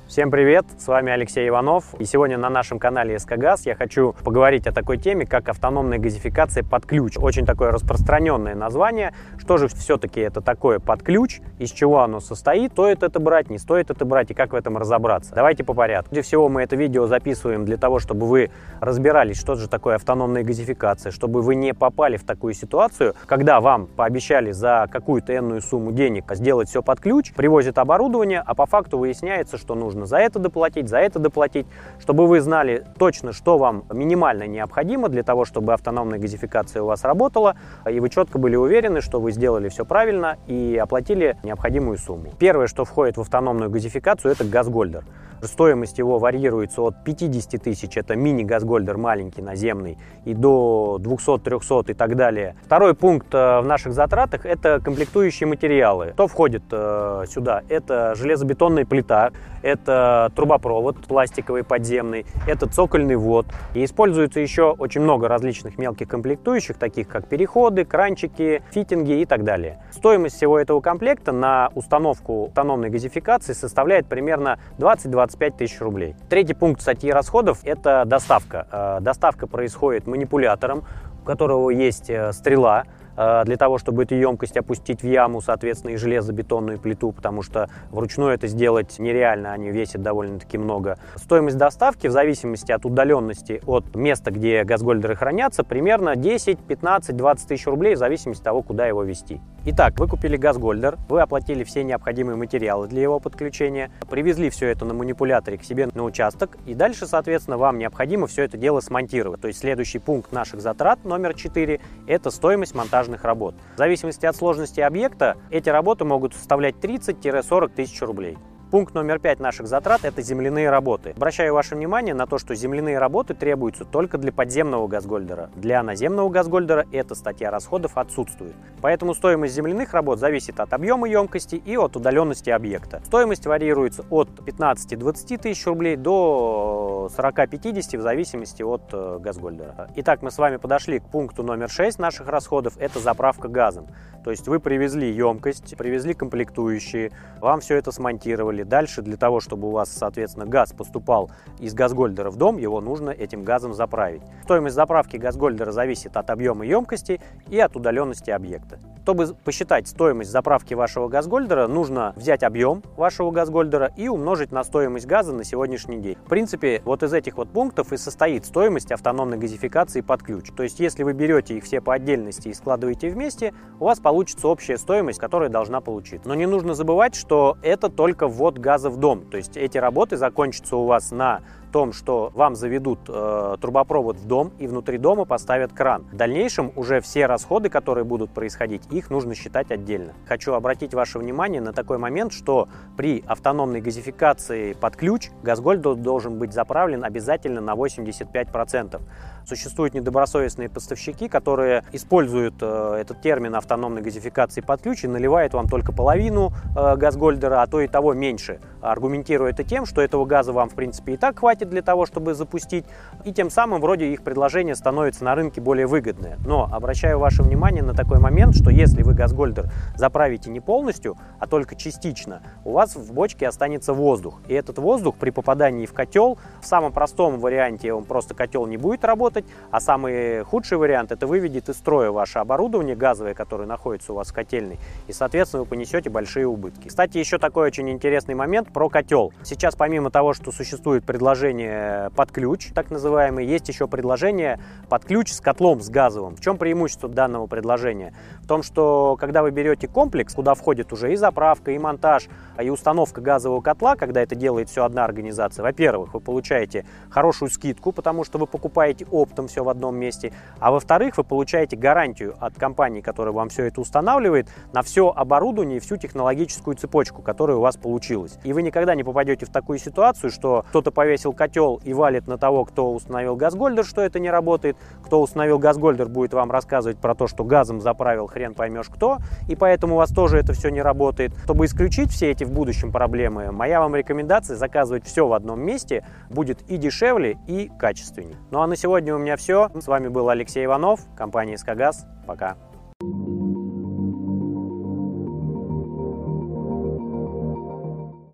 Всем привет, с вами Алексей Иванов, и сегодня на нашем канале СК Газ я хочу поговорить о такой теме, как автономная газификация под ключ. Очень такое распространенное название. Что же все-таки это такое под ключ, из чего оно состоит, стоит это брать, не стоит это брать и как в этом разобраться. Давайте по порядку. Прежде всего мы это видео записываем для того, чтобы вы разбирались, что же такое автономная газификация, чтобы вы не попали в такую ситуацию, когда вам пообещали за какую-то энную сумму денег сделать все под ключ, привозят оборудование, а по факту выясняется, что нужно за это доплатить, чтобы вы знали точно, что вам минимально необходимо для того, чтобы автономная газификация у вас работала, и вы четко были уверены, что вы сделали все правильно и оплатили необходимую сумму. Первое, что входит в автономную газификацию, это газгольдер. Стоимость его варьируется от 50 тысяч, это мини-газгольдер маленький, наземный, и до 200-300 и так далее. Второй пункт в наших затратах – это комплектующие материалы. Что входит сюда? Это железобетонная плита, это трубопровод пластиковый подземный, это цокольный вод. И используется еще очень много различных мелких комплектующих, таких как переходы, кранчики, фитинги и так далее. Стоимость всего этого комплекта на установку автономной газификации составляет примерно 20-25 тысяч рублей. Третий пункт статьи расходов – это доставка. Доставка происходит манипулятором, у которого есть стрела, для того, чтобы эту емкость опустить в яму, соответственно, и железобетонную плиту, потому что вручную это сделать нереально, они весят довольно-таки много. Стоимость доставки в зависимости от удаленности от места, где газгольдеры хранятся, примерно 10, 15, 20 тысяч рублей, в зависимости от того, куда его везти. Итак, вы купили газгольдер, вы оплатили все необходимые материалы для его подключения, привезли все это на манипуляторе к себе на участок, и дальше, соответственно, вам необходимо все это дело смонтировать. То есть следующий пункт наших затрат, номер 4, это стоимость монтажных работ. В зависимости от сложности объекта, эти работы могут составлять 30-40 тысяч рублей. Пункт номер 5 наших затрат – это земляные работы. Обращаю ваше внимание на то, что земляные работы требуются только для подземного газгольдера. Для наземного газгольдера эта статья расходов отсутствует. Поэтому стоимость земляных работ зависит от объема емкости и от удаленности объекта. Стоимость варьируется от 15-20 тысяч рублей до 40-50 в зависимости от газгольдера. Итак, мы с вами подошли к пункту номер 6 наших расходов – это заправка газом. То есть вы привезли емкость, привезли комплектующие, вам все это смонтировали. Дальше для того, чтобы у вас, соответственно, газ поступал из газгольдера в дом, его нужно этим газом заправить. Стоимость заправки газгольдера зависит от объема емкости и от удаленности объекта. Чтобы посчитать стоимость заправки вашего газгольдера, нужно взять объем вашего газгольдера и умножить на стоимость газа на сегодняшний день. В принципе, вот из этих вот пунктов и состоит стоимость автономной газификации под ключ. То есть, если вы берете их все по отдельности и складываете вместе, у вас получится общая стоимость, которая должна получиться. Но не нужно забывать, что это только ввод газа в дом. То есть, эти работы закончатся у вас на том, что вам заведут трубопровод в дом и внутри дома поставят кран. В дальнейшем уже все расходы, которые будут происходить, их нужно считать отдельно. Хочу обратить ваше внимание на такой момент, что при автономной газификации под ключ газгольдер должен быть заправлен обязательно на 85%. Существуют недобросовестные поставщики, которые используют этот термин автономной газификации под ключ и наливают вам только половину газгольдера, а то и того меньше, аргументируя это тем, что этого газа вам в принципе и так хватит для того, чтобы запустить, и тем самым вроде их предложение становится на рынке более выгодное. Но обращаю ваше внимание на такой момент, что если вы газгольдер заправите не полностью, а только частично, у вас в бочке останется воздух. И этот воздух при попадании в котел, в самом простом варианте он просто котел не будет работать, а самый худший вариант это выведет из строя ваше оборудование газовое, которое находится у вас в котельной, и соответственно вы понесете большие убытки. Кстати, еще такой очень интересный момент про котел. Сейчас помимо того, что существует предложение под ключ, так называемый, есть еще предложение под ключ с котлом, с газовым. В чем преимущество данного предложения? В том, что когда вы берете комплекс, куда входит уже и заправка, и монтаж, и установка газового котла, когда это делает все одна организация, во-первых, вы получаете хорошую скидку, потому что вы покупаете оптом все в одном месте, а во-вторых, вы получаете гарантию от компании, которая вам все это устанавливает, на все оборудование и всю технологическую цепочку, которая у вас получилась. И вы никогда не попадете в такую ситуацию, что кто-то повесил котел и валит на того, кто установил газгольдер, что это не работает. Кто установил газгольдер, будет вам рассказывать про то, что газом заправил хрен поймешь кто, и поэтому у вас тоже это все не работает. Чтобы исключить все эти в будущем проблемы, моя вам рекомендация: заказывать все в одном месте, будет и дешевле, и качественнее. Ну а на сегодня у меня все. С вами был Алексей Иванов, компания СК Газ. Пока.